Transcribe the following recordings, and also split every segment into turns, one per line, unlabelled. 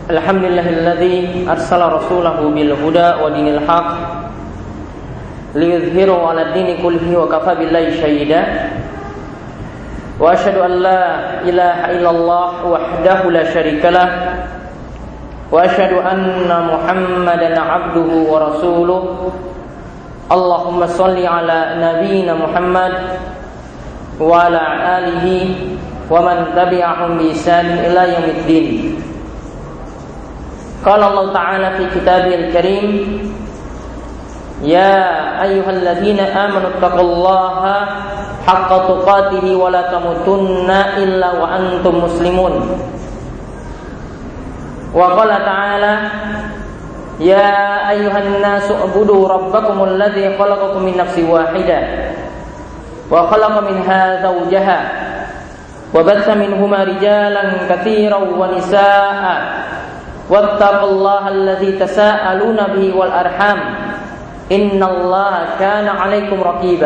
Alhamdulillahilladzi arsala rasulahu bil huda wa dinil haq liyudhhirahu 'ala ad-dini kullihi wa kafa billahi shahida. Wa asyhadu an la ilaha illallah wahdahu la syarikalah wa asyhadu anna Muhammadan 'abduhu wa rasuluh. Allahumma shalli 'ala nabiyyina Muhammad wa 'ala alihi wa man tabi'ahum bi ihsan ila yaumiddin. Qala Allah Ta'ala fi Kitabihil Karim, ya ayyuhalladzina amanu taqullaha haqqa tuqatih wa la tamutunna illa wa antum muslimun. Wa qala ta'ala, ya ayyuhan nasu ubudu rabbakumul ladzi khalaqakum min nafsin wahidah wa khalaqa minha zawjaha wa batha minhuma rijalan katsiran wa nisaa'a wattaqullaha alladzi tasaaluna bihi wal arham innallaha kana 'alaikum raqiba.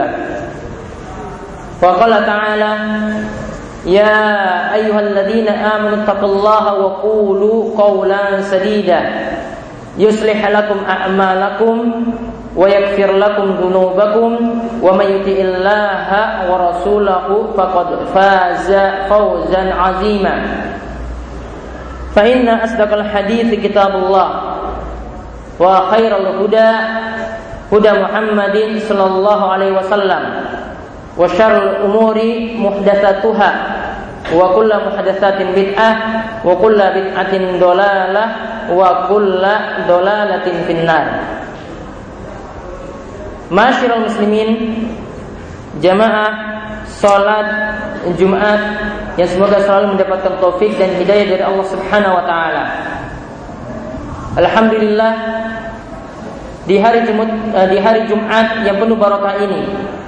Wa qala ta'ala, ya ayyuhalladzina amanu taqullaha wa qulu qawlan sadida yuslih lakum a'malakum wa yaghfir lakum dhunubakum wa may yuti'illaha wa rasulahu faqad faza fawzan 'azima. Fa inna asdaqal hadithi kitabullah wa khairal huda huda Muhammadin sallallahu alaihi wasallam wa syarrul umuri muhdatsatuha wa kullu muhdatsatin bid'ah wa kullu bid'atin dhalalah wa kullu dhalalatin finnar. Ma'asyiral muslimin, jamaah salat Jumat yang semoga selalu mendapatkan taufik dan hidayah dari Allah Subhanahu wa taala. Alhamdulillah, di hari Jumat yang penuh barakah ini,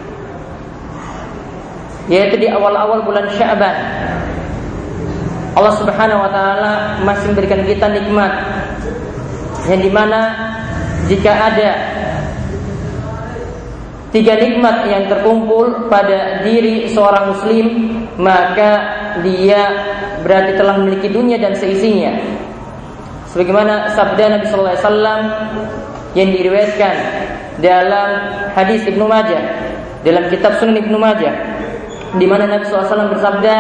yaitu di awal-awal bulan Sya'ban, Allah Subhanahu wa taala masih memberikan kita nikmat yang dimana jika ada 3 nikmat yang terkumpul pada diri seorang muslim, maka dia berarti telah memiliki dunia dan seisinya. Sebagaimana sabda Nabi sallallahu alaihi wasallam yang diriwayatkan dalam hadis Ibnu Majah, dalam kitab Sunan Ibnu Majah, di mana Nabi sallallahu alaihi wasallam bersabda,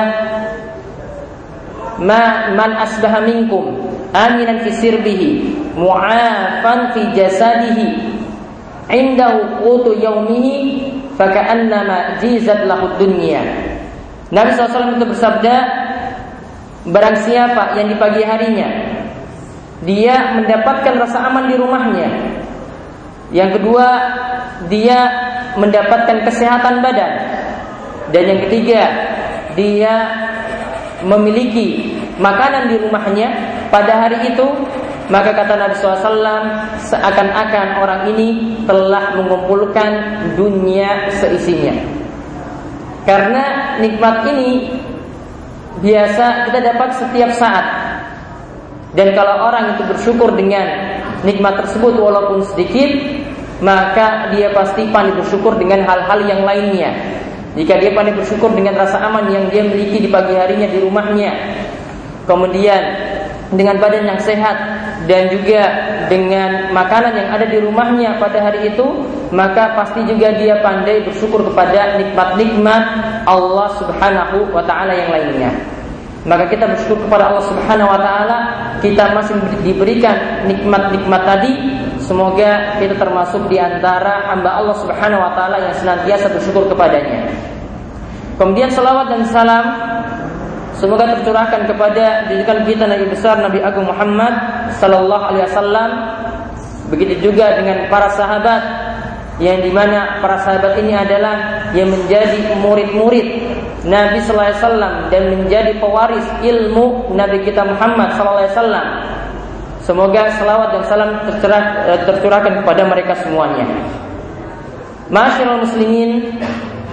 man asbaha minkum aminan fi sirbihi mu'afan fi jasadihi indahu qutu yaumihi faka'annama jizat lahu dunya. Nabi SAW itu bersabda, barang siapa yang di pagi harinya dia mendapatkan rasa aman di rumahnya, yang kedua dia mendapatkan kesehatan badan, dan yang ketiga dia memiliki makanan di rumahnya pada hari itu, maka kata Nabi SAW, seakan-akan orang ini telah mengumpulkan dunia seisinya. Karena nikmat ini biasa kita dapat setiap saat. Dan kalau orang itu bersyukur dengan nikmat tersebut walaupun sedikit, maka dia pasti pandai bersyukur dengan hal-hal yang lainnya. Jika dia pandai bersyukur dengan rasa aman yang dia miliki di pagi harinya di rumahnya, kemudian dengan badan yang sehat, dan juga dengan makanan yang ada di rumahnya pada hari itu, maka pasti juga dia pandai bersyukur kepada nikmat-nikmat Allah Subhanahu wa ta'ala yang lainnya. Maka kita bersyukur kepada Allah Subhanahu wa ta'ala, kita masih diberikan nikmat-nikmat tadi. Semoga kita termasuk di antara hamba Allah Subhanahu wa ta'ala yang senantiasa bersyukur kepadanya. Kemudian salawat dan salam semoga tercurahkan kepada junjungan kita Nabi besar Nabi Agung Muhammad sallallahu alaihi wasallam. Begitu juga dengan para sahabat, yang dimana para sahabat ini adalah yang menjadi murid-murid Nabi sallallahu alaihi wasallam dan menjadi pewaris ilmu Nabi kita Muhammad sallallahu alaihi wasallam. Semoga salawat dan salam tercurahkan kepada mereka semuanya. Ma'asyiral muslimin,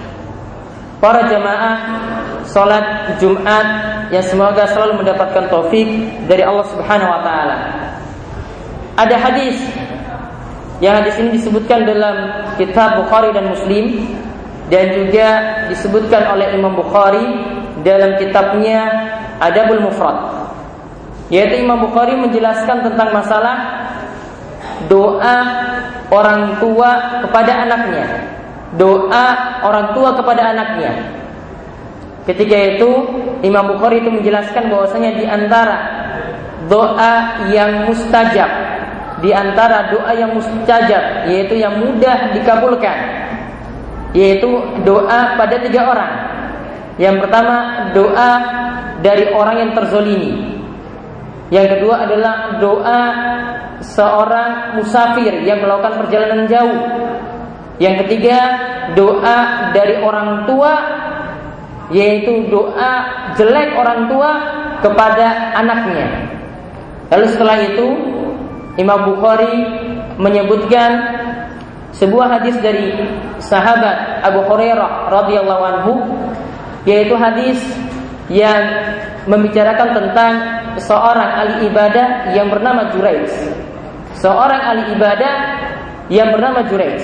para jamaah salat Jumat yang semoga selalu mendapatkan taufik dari Allah Subhanahu wa taala. Ada hadis yang hadis ini disebutkan dalam kitab Bukhari dan Muslim, dan juga disebutkan oleh Imam Bukhari dalam kitabnya Adabul Mufrad. yaitu Imam Bukhari menjelaskan tentang masalah doa orang tua kepada anaknya. Doa orang tua kepada anaknya. Ketika itu Imam Bukhari itu menjelaskan bahwasanya di antara doa yang mustajab, di antara doa yang mustajab, yaitu yang mudah dikabulkan, yaitu doa pada 3 orang. Yang pertama, doa dari orang yang terzolimi. Yang kedua adalah doa seorang musafir yang melakukan perjalanan jauh. Yang ketiga, doa dari orang tua, yaitu doa jelek orang tua kepada anaknya. Lalu setelah itu Imam Bukhari menyebutkan sebuah hadis dari sahabat Abu Hurairah radhiyallahu anhu, yaitu hadis yang membicarakan tentang seorang ahli ibadah yang bernama Jurayj. Seorang ahli ibadah yang bernama Jurayj.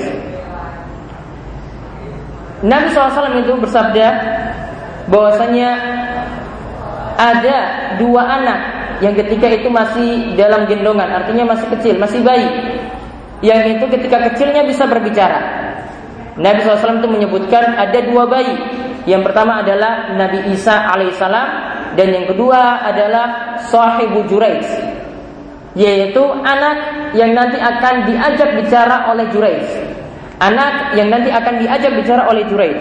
Nabi SAW itu bersabda bahwasanya ada 2 anak yang ketika itu masih dalam gendongan, artinya masih kecil, masih bayi, yang itu ketika kecilnya bisa berbicara. Nabi SAW itu menyebutkan ada 2 bayi. Yang pertama adalah Nabi Isa alaihissalam, dan yang kedua adalah sahibu Jurayj, yaitu anak yang nanti akan diajak bicara oleh Jurayj. Anak yang nanti akan diajak bicara oleh Jurayj.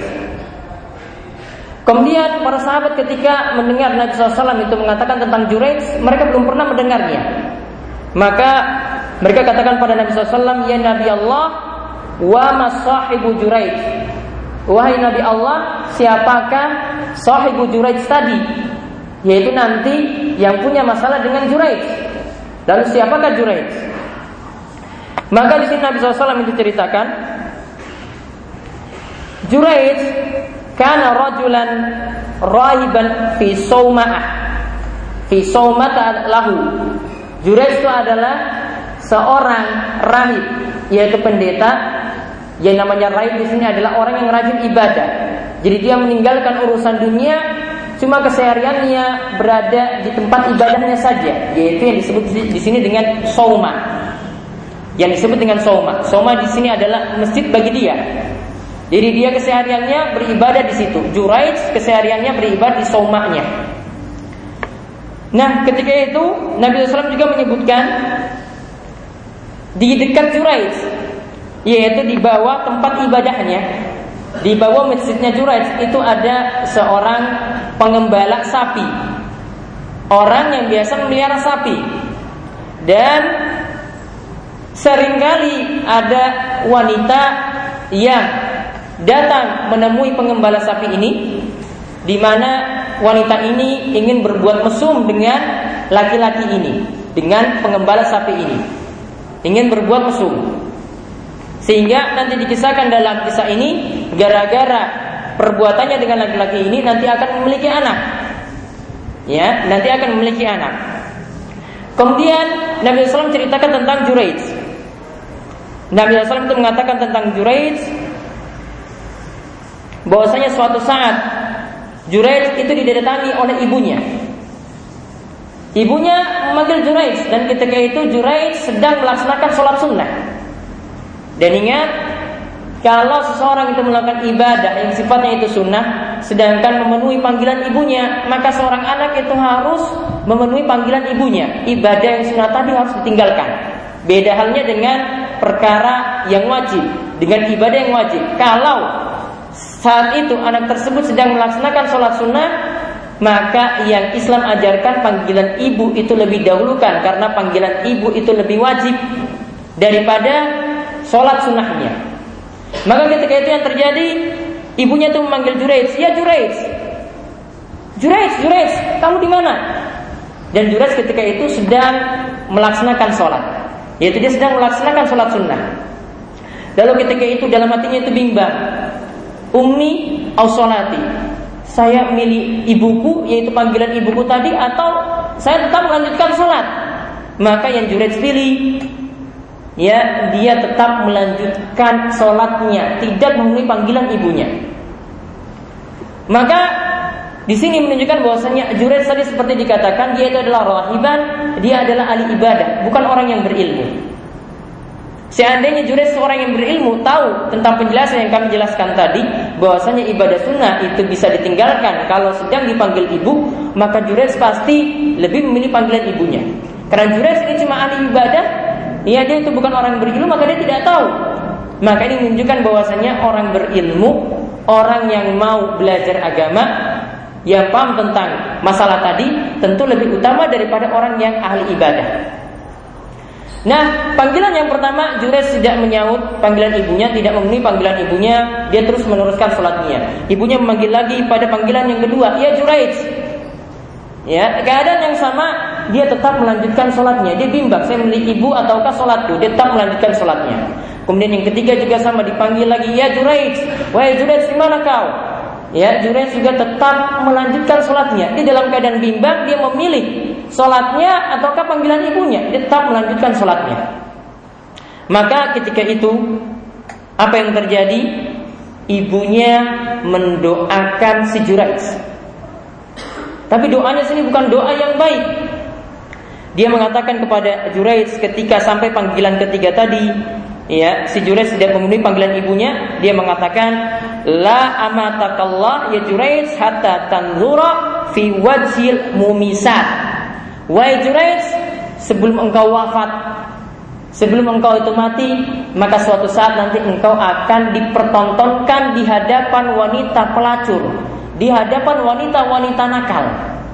Kemudian para sahabat ketika mendengar Nabi SAW itu mengatakan tentang Jurayj, mereka belum pernah mendengarnya. Maka mereka katakan pada Nabi SAW, ya Nabi Allah, wa ma sahibu Jurayj. Wahai Nabi Allah, siapakah sahibu Jurayj tadi? Yaitu nanti yang punya masalah dengan Jurayj. Lalu siapakah Jurayj? Maka di sini Nabi SAW itu ceritakan, Jurayj kana rajulan rahiban fi sauma'ah, fi saumata lahu. Jurayj itu adalah seorang rahib, yaitu pendeta. Yang namanya rahib di sini adalah orang yang rajin ibadah. Jadi dia meninggalkan urusan dunia, cuma kesehariannya berada di tempat ibadahnya saja, yaitu yang disebut di sini dengan sauma. Yang disebut dengan sauma. Sauma di sini adalah masjid bagi dia. Jadi dia kesehariannya beribadah di situ. Jurayj kesehariannya beribadah di saumanya. Nah, ketika itu Nabi SAW juga menyebutkan di dekat Jurayj, yaitu di bawah tempat ibadahnya, di bawah masjidnya Jurayj itu ada seorang pengembala sapi, orang yang biasa memelihara sapi. Dan seringkali ada wanita yang datang menemui pengembala sapi ini, di mana wanita ini ingin berbuat mesum dengan laki-laki ini, dengan pengembala sapi ini, ingin berbuat mesum. Sehingga nanti dikisahkan dalam kisah ini, gara-gara perbuatannya dengan laki-laki ini nanti akan memiliki anak. Ya, nanti akan memiliki anak. Kemudian Nabi SAW ceritakan tentang Jurayj. Nabi SAW itu mengatakan tentang Jurayj bahwasanya suatu saat Jurayj itu didatangi oleh ibunya. Ibunya memanggil Jurayj, dan ketika itu Jurayj sedang melaksanakan sholat sunnah. Dan ingat, kalau seseorang itu melakukan ibadah yang sifatnya itu sunnah, sedangkan memenuhi panggilan ibunya, maka seorang anak itu harus memenuhi panggilan ibunya. Ibadah yang sunnah tadi harus ditinggalkan. Beda halnya dengan perkara yang wajib, dengan ibadah yang wajib. Kalau saat itu anak tersebut sedang melaksanakan sholat sunnah, maka yang Islam ajarkan panggilan ibu itu lebih dahulukan, karena panggilan ibu itu lebih wajib daripada sholat sunnahnya. Maka ketika itu yang terjadi, ibunya itu memanggil Jurayj, ya Jurayj, Jurayj, Jurayj, kamu di mana? Dan Jurayj ketika itu sedang melaksanakan sholat, yaitu dia sedang melaksanakan sholat sunnah. Lalu ketika itu dalam hatinya itu bimbang, ummi au sholati, saya milih ibuku, yaitu panggilan ibuku tadi, atau saya tetap melanjutkan sholat? Maka yang Jurayj pilih, ya, dia tetap melanjutkan sholatnya, tidak memenuhi panggilan ibunya. Maka Di sini menunjukkan bahwasanya Juraij tadi seperti dikatakan dia itu adalah rahiban, dia adalah ahli ibadah, bukan orang yang berilmu. Seandainya Juraij seorang yang berilmu, tahu tentang penjelasan yang kami jelaskan tadi, bahwasanya ibadah sunnah itu bisa ditinggalkan kalau sedang dipanggil ibu, maka Juraij pasti lebih memilih panggilan ibunya. Karena Juraij ini cuma ahli ibadah, ya dia itu bukan orang berilmu, maka dia tidak tahu. Maka ini menunjukkan bahwasanya orang berilmu, orang yang mau belajar agama, yang paham tentang masalah tadi, tentu lebih utama daripada orang yang ahli ibadah. Nah, panggilan yang pertama, Juraij tidak menyaut panggilan ibunya, tidak memenuhi panggilan ibunya, dia terus meneruskan sholatnya. Ibunya memanggil lagi pada panggilan yang kedua, ya Juraij. Ya, keadaan yang sama, dia tetap melanjutkan sholatnya. Dia bimbang, saya memilih ibu ataukah sholatku, dia tetap melanjutkan sholatnya. Kemudian yang ketiga juga sama, dipanggil lagi, ya Juraij. Wahai Juraij, di mana kau? Ya, Juraij juga tetap melanjutkan sholatnya. Di dalam keadaan bimbang, dia memilih sholatnya ataukah panggilan ibunya, dia tetap melanjutkan sholatnya. Maka ketika itu, apa yang terjadi? Ibunya mendoakan si Juraij. Tapi doanya sini bukan doa yang baik. Dia mengatakan kepada Juraij ketika sampai panggilan ketiga tadi, ya, si Juraij tidak memenuhi panggilan ibunya, dia mengatakan, la amatakallah ya Juraij hatta tanzura fi wajhil mumisat. Wahai Juraij, sebelum engkau wafat, sebelum engkau itu mati, maka suatu saat nanti engkau akan dipertontonkan di hadapan wanita pelacur, di hadapan wanita-wanita nakal.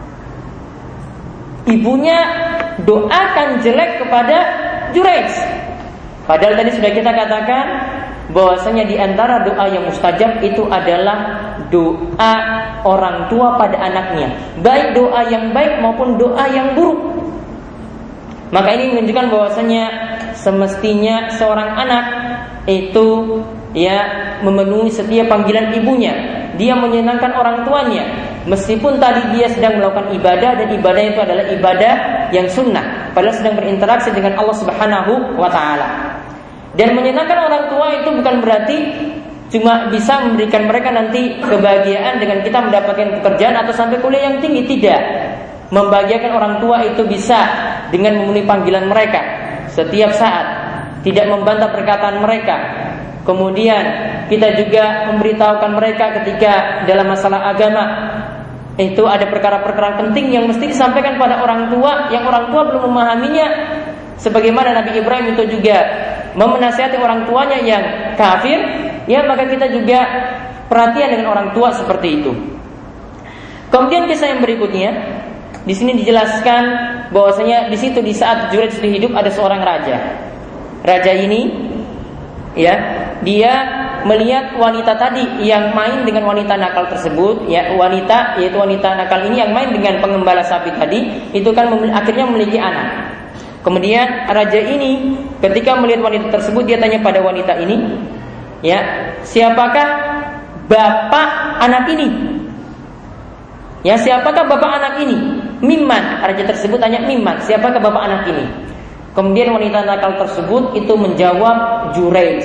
Ibunya doakan jelek kepada Juraij. Padahal tadi sudah kita katakan bahwasanya di antara doa yang mustajab itu adalah doa orang tua pada anaknya, baik doa yang baik maupun doa yang buruk. Maka ini menunjukkan bahwasanya semestinya seorang anak itu ya memenuhi setiap panggilan ibunya. Dia menyenangkan orang tuanya, meskipun tadi dia sedang melakukan ibadah, dan ibadah itu adalah ibadah yang sunnah, padahal sedang berinteraksi dengan Allah Subhanahu wa ta'ala. Dan menyenangkan orang tua itu bukan berarti cuma bisa memberikan mereka nanti kebahagiaan dengan kita mendapatkan pekerjaan atau sampai kuliah yang tinggi. Tidak. Membahagiakan orang tua itu bisa dengan memenuhi panggilan mereka setiap saat, tidak membantah perkataan mereka. Kemudian kita juga memberitahukan mereka ketika dalam masalah agama itu ada perkara-perkara penting yang mesti disampaikan pada orang tua, yang orang tua belum memahaminya. Sebagaimana Nabi Ibrahim itu juga menasihati orang tuanya yang kafir, ya, maka kita juga perhatian dengan orang tua seperti itu. Kemudian kisah yang berikutnya, di sini dijelaskan bahwasanya di situ di saat Juraij hidup ada seorang raja. Raja ini, ya, dia melihat wanita tadi yang main dengan wanita nakal tersebut, ya, yaitu wanita nakal ini yang main dengan pengembala sapi tadi, itu kan akhirnya memiliki anak. Kemudian raja ini ketika melihat wanita tersebut, dia tanya pada wanita ini, ya, siapakah bapak anak ini? Ya, siapakah bapak anak ini? Mimman. Raja tersebut tanya, mimman, siapakah bapak anak ini? Kemudian wanita nakal tersebut itu menjawab, Juraij.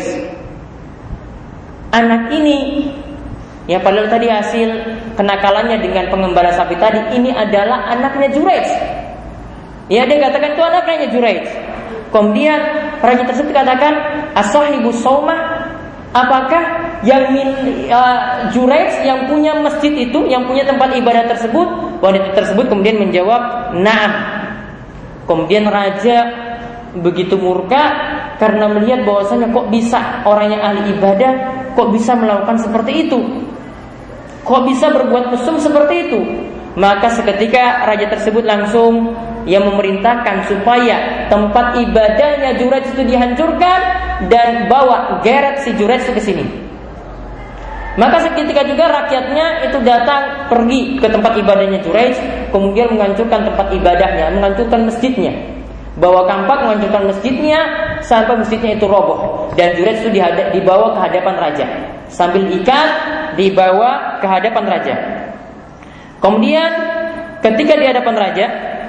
Anak ini, ya, padahal tadi hasil kenakalannya dengan pengembala sapi tadi, ini adalah anaknya Juraij. Ya, dia katakan itu anaknya Juraij. Kemudian raja tersebut katakan, asahibu saumah, apakah yang Juraij yang punya masjid itu, yang punya tempat ibadah tersebut? Wanita tersebut kemudian menjawab, na'am. Kemudian raja begitu murka karena melihat bahwasanya kok bisa orang yang ahli ibadah kok bisa melakukan seperti itu, kok bisa berbuat mesum seperti itu. Maka seketika raja tersebut langsung yang memerintahkan supaya tempat ibadahnya Juraij itu dihancurkan dan bawa geret si Juraij itu ke sini. Maka seketika juga rakyatnya itu datang pergi ke tempat ibadahnya Juraij, kemudian menghancurkan tempat ibadahnya, menghancurkan masjidnya, bawa kampak menghancurkan masjidnya sampai masjidnya itu roboh, dan Juraij itu dibawa ke hadapan raja, sambil ikat dibawa ke hadapan raja. Kemudian ketika di hadapan raja,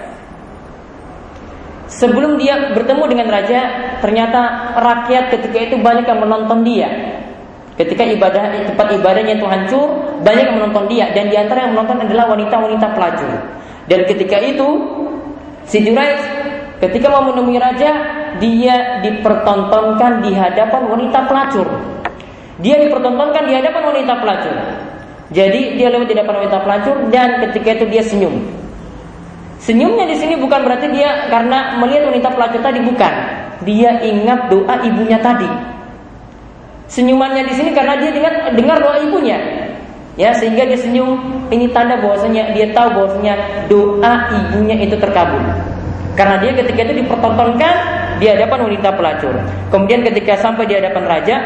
sebelum dia bertemu dengan raja, ternyata rakyat ketika itu banyak yang menonton dia. Ketika tempat ibadahnya itu hancur, banyak yang menonton dia, dan di antara yang menonton adalah wanita-wanita pelacur. Dan ketika itu si Juraij ketika mau menemui raja, dia dipertontonkan di hadapan wanita pelacur. Dia dipertontonkan di hadapan wanita pelacur. Jadi dia lewat di hadapan wanita pelacur, dan ketika itu dia senyum. Senyumnya di sini bukan berarti dia karena melihat wanita pelacur tadi, bukan. Dia ingat doa ibunya tadi. Senyumannya di sini karena dia dengar doa ibunya. Ya, sehingga dia senyum. Ini tanda bahwasanya dia tahu bahwasanya doa ibunya itu terkabul. Karena dia ketika itu dipertontonkan di hadapan wanita pelacur. Kemudian ketika sampai di hadapan raja,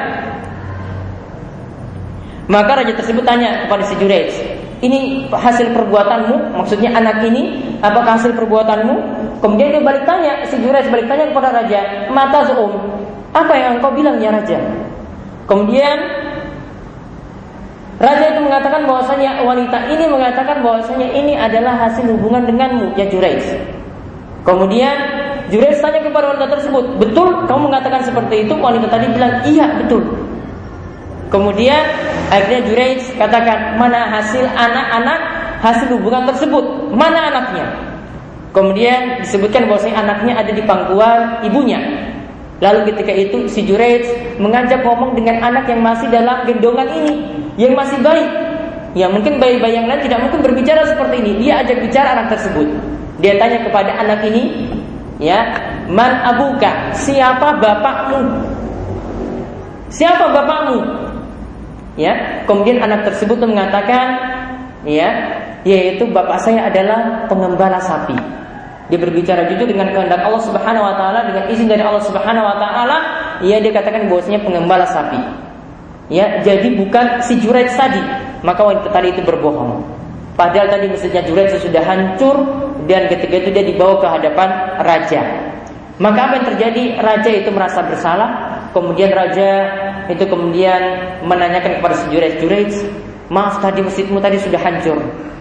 maka raja tersebut tanya kepada si Juraij, ini hasil perbuatanmu? Maksudnya anak ini, apakah hasil perbuatanmu? Kemudian dia balik tanya, si Juraij balik tanya kepada raja, mata zoom, apa yang engkau bilang ya raja? Kemudian raja itu mengatakan bahwasanya, wanita ini mengatakan bahwasanya ini adalah hasil hubungan denganmu ya Juraij. Kemudian Juraij tanya kepada wanita tersebut, betul kamu mengatakan seperti itu? Wanita tadi bilang, iya betul. Kemudian akhirnya Juraij katakan, mana hasil anak-anak hasil hubungan tersebut? Mana anaknya? Kemudian disebutkan bahwasanya anaknya ada di pangkuan ibunya. Lalu ketika itu si Juraij mengajak ngomong dengan anak yang masih dalam gendongan ini, yang masih bayi. Ya mungkin bayi-bayi yang lain tidak mungkin berbicara seperti ini. Dia ajak bicara anak tersebut. Dia tanya kepada anak ini, ya, man abuka, siapa bapakmu? Siapa bapakmu? Ya, kemudian anak tersebut mengatakan, ya, yaitu bapak saya adalah pengembala sapi. Dia berbicara jujur dengan kehendak Allah Subhanahu wa taala, dengan izin dari Allah Subhanahu wa taala, ya dia katakan bahwasanya pengembala sapi. Ya, jadi bukan si Juraij tadi. Maka wanita tadi itu berbohong. Padahal tadi masjidnya Juraij sudah hancur, dan ketika itu dia dibawa ke hadapan raja. Maka apa yang terjadi? Raja itu merasa bersalah. Kemudian raja itu kemudian menanyakan kepada si Juraij, maaf tadi masjidmu tadi sudah hancur.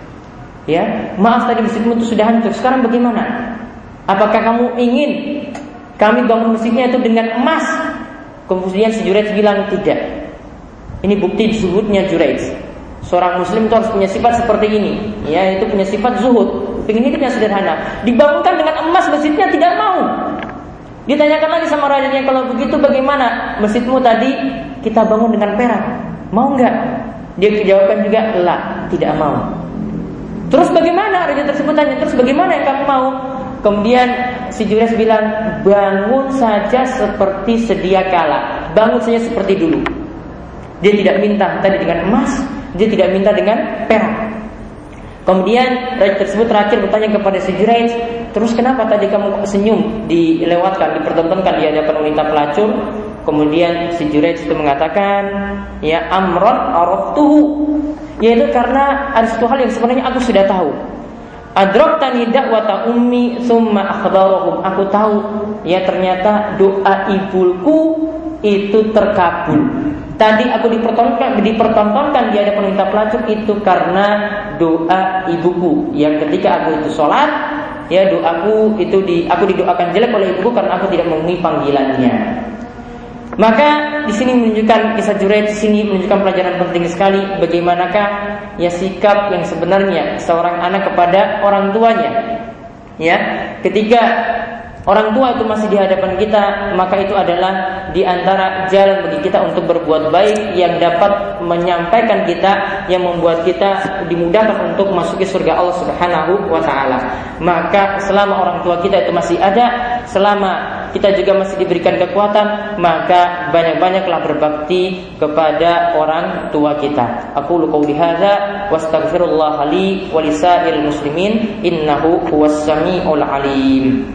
Ya, maaf tadi masjidmu itu sudah hancur. Sekarang bagaimana? Apakah kamu ingin kami bangun masjidnya itu dengan emas? Kemudian si Juraij bilang tidak. Ini bukti zuhudnya Juraij. Seorang muslim itu harus punya sifat seperti ini, ya, itu punya sifat zuhud, pengen hidup yang sederhana. Dibangunkan dengan emas masjidnya, tidak mau. Ditanyakan lagi sama rajanya, kalau begitu bagaimana masjidmu tadi kita bangun dengan perak, mau enggak? Dia jawabkan juga, la, tidak mau. Terus bagaimana? Raja tersebut tanya, terus bagaimana yang kamu mau? Kemudian si Juraij bilang, bangun saja seperti sedia kala, bangun saja seperti dulu. Dia tidak minta tadi dengan emas, dia tidak minta dengan perak. Kemudian raja tersebut terakhir bertanya kepada si Juraij, terus kenapa tadi kamu senyum dilewatkan, dipertontonkan di hadapan wanita pelacur? Kemudian si Juraij itu mengatakan, ya amron araftuhu, yaitu karena ada satu hal yang sebenarnya aku sudah tahu. Adraktani da'wata ummi summa akhbarahum, aku tahu ya ternyata doa ibuku itu terkabul. Tadi aku dipertontonkan di hadapan wanita pelacur itu karena doa ibuku, yang ketika aku itu sholat, ya doaku itu aku didoakan jelek oleh ibuku karena aku tidak memenuhi panggilannya. Maka di sini menunjukkan kisah Juraij, di sini menunjukkan pelajaran penting sekali bagaimanakah ya sikap yang sebenarnya seorang anak kepada orang tuanya. Ya, ketika orang tua itu masih di hadapan kita, maka itu adalah di antara jalan bagi kita untuk berbuat baik yang dapat menyampaikan kita, yang membuat kita dimudahkan untuk masuki surga Allah Subhanahu wa taala. Maka selama orang tua kita itu masih ada, selama kita juga masih diberikan kekuatan, maka banyak-banyaklah berbakti kepada orang tua kita. Aqulu qouli hadza wastaghfirullah li wa lisairil muslimin innahu huwas samiul alim.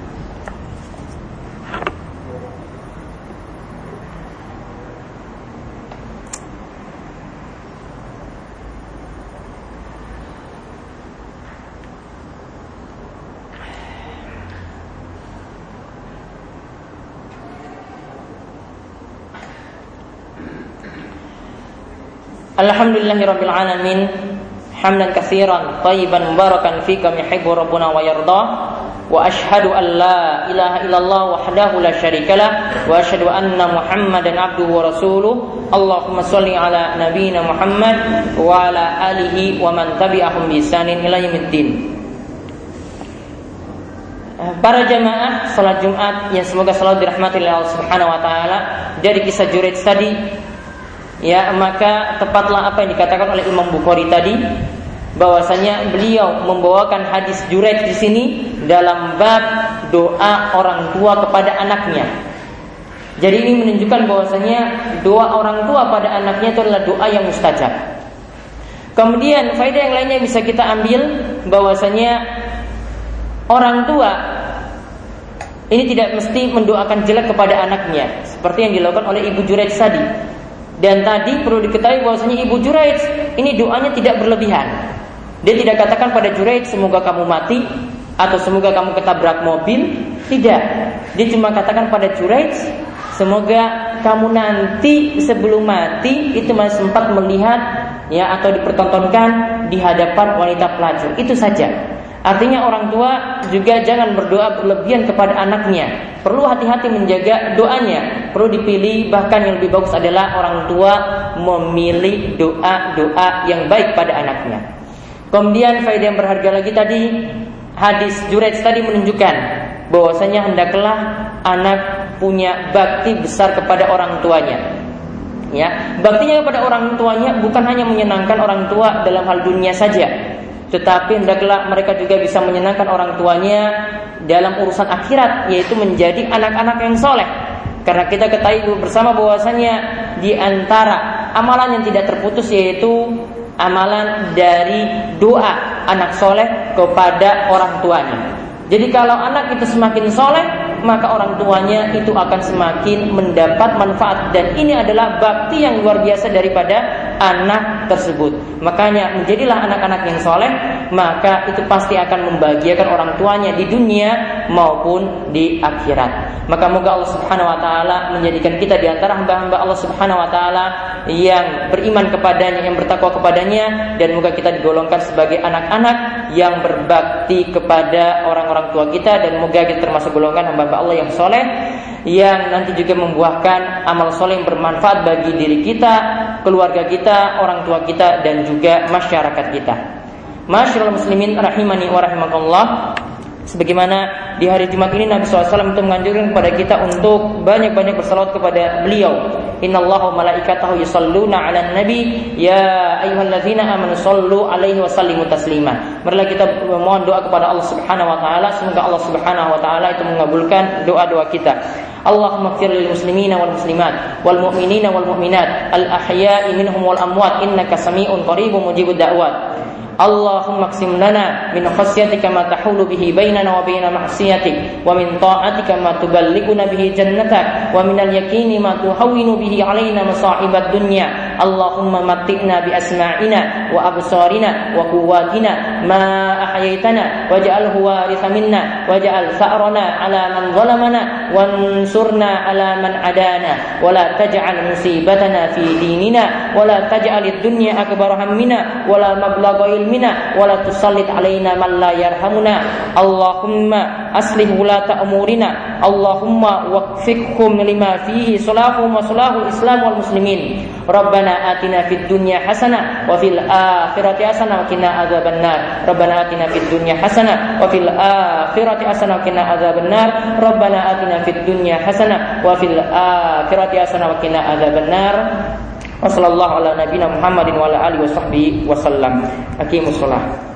Alhamdulillahirabbil alamin, hamdan katsiran thayyiban mubarakan fi kama yuhibbu rabbuna wa yarda. wa asyhadu an la ilaha illallah wahdahu la syarikalah wa asyhadu anna Muhammadan abduhu wa rasuluh. Allahumma shalli ala nabiyyina Muhammad wa ala alihi wa man tabi'ahum bi ihsanin ila yaumiddin. Para jamaah salat Jumat yang semoga selalu dirahmati oleh Allah Subhanahu wa taala, dari kisah Juraij tadi, ya, maka tepatlah apa yang dikatakan oleh Imam Bukhari tadi, bahwasanya beliau membawakan hadis Juraij di sini dalam bab doa orang tua kepada anaknya. Jadi ini menunjukkan bahwasanya doa orang tua pada anaknya itu adalah doa yang mustajab. Kemudian faedah yang lainnya bisa kita ambil bahwasanya orang tua ini tidak mesti mendoakan jelek kepada anaknya seperti yang dilakukan oleh ibu Juraij tadi. Dan tadi perlu diketahui bahwasanya ibu Juraij ini doanya tidak berlebihan. Dia tidak katakan pada Juraij semoga kamu mati atau semoga kamu ketabrak mobil. Tidak. Dia cuma katakan pada Juraij semoga kamu nanti sebelum mati itu masih sempat melihat, ya, atau dipertontonkan di hadapan wanita pelacur. Itu saja. Artinya orang tua juga jangan berdoa berlebihan kepada anaknya. Perlu hati-hati menjaga doanya. Perlu dipilih, bahkan yang lebih bagus adalah orang tua memilih doa-doa yang baik pada anaknya. Kemudian faedah yang berharga lagi tadi, hadis Juraij tadi menunjukkan bahwasanya hendaklah anak punya bakti besar kepada orang tuanya. Ya, baktinya kepada orang tuanya bukan hanya menyenangkan orang tua dalam hal dunia saja, tetapi hendaklah mereka juga bisa menyenangkan orang tuanya dalam urusan akhirat, yaitu menjadi anak-anak yang soleh. Karena kita ketahui bersama bahwasanya di antara amalan yang tidak terputus yaitu amalan dari doa anak soleh kepada orang tuanya. Jadi kalau anak itu semakin soleh, maka orang tuanya itu akan semakin mendapat manfaat. Dan ini adalah bakti yang luar biasa daripada anak tersebut. Makanya menjadilah anak-anak yang soleh, maka itu pasti akan membahagiakan orang tuanya di dunia maupun di akhirat. Maka moga Allah Subhanahu wa taala menjadikan kita di antara hamba-hamba Allah Subhanahu wa taala yang beriman kepadanya, yang bertakwa kepadanya, dan moga kita digolongkan sebagai anak-anak yang berbakti kepada orang-orang tua kita, dan moga kita termasuk golongan hamba-hamba Allah yang soleh, yang nanti juga membuahkan amal soleh yang bermanfaat bagi diri kita, keluarga kita, orang tua kita, dan juga masyarakat kita. Masyaallah muslimin rahimani wa rahimakumullah. Sebagaimana di hari Jumat ini Nabi SAW itu menganjurkan kepada kita untuk banyak-banyak bersalawat kepada beliau. Innallaha wa malaikatahu yusholluna 'alan nabi ya ayyuhalladzina amanu shollu 'alaihi wa sallimu taslima. Marilah kita memohon doa kepada Allah Subhanahu wa taala, semoga Allah Subhanahu wa taala itu mengabulkan doa-doa kita. Allahumma ighfir lil muslimina wal muslimat wal mu'minina wal mu'minat al ahya'i minhum wal amwat innaka sami'un qaribun mujibud da'wat. Allahumma qsim lana min khasyatika ma tahulu bihi bainana wa baina ma'siyatik, wa min ta'atika ma tuballighuna bihi jannatak, wa min al-yaqini ma tuhawwinu bihi 'alaina masa'ibad dunya. Allahumma matti'na bi asma'ina wa absarina wa quwwatina ma ahyaytana waj'alhu waritha minna waj'al tha'rana 'ala man zalamana wansurna 'ala man 'adana wa la taj'al musibatana fi dinina wa la taj'alid dunya akbar hammina wa la mablagha ilmina wa la tusallit 'alaina man la yarhamuna. Allahumma aslih wulata umurina, Allahumma waqfiqhum lima fihi salahum wa salahul islam wal muslimin. Rabbana atina fid dunya hasanah wa fil akhirati hasanah wa qina adzabannar. Rabbana atina fid dunya hasanah wa fil akhirati hasanah wa qina adzabannar. Rabbana atina fid dunya hasanah wa fil akhirati hasanah wa qina adzabannar. Wassallallahu ala nabiyina Muhammadin wa ala alihi wa sahbihi wasallam. Aqimus shalah.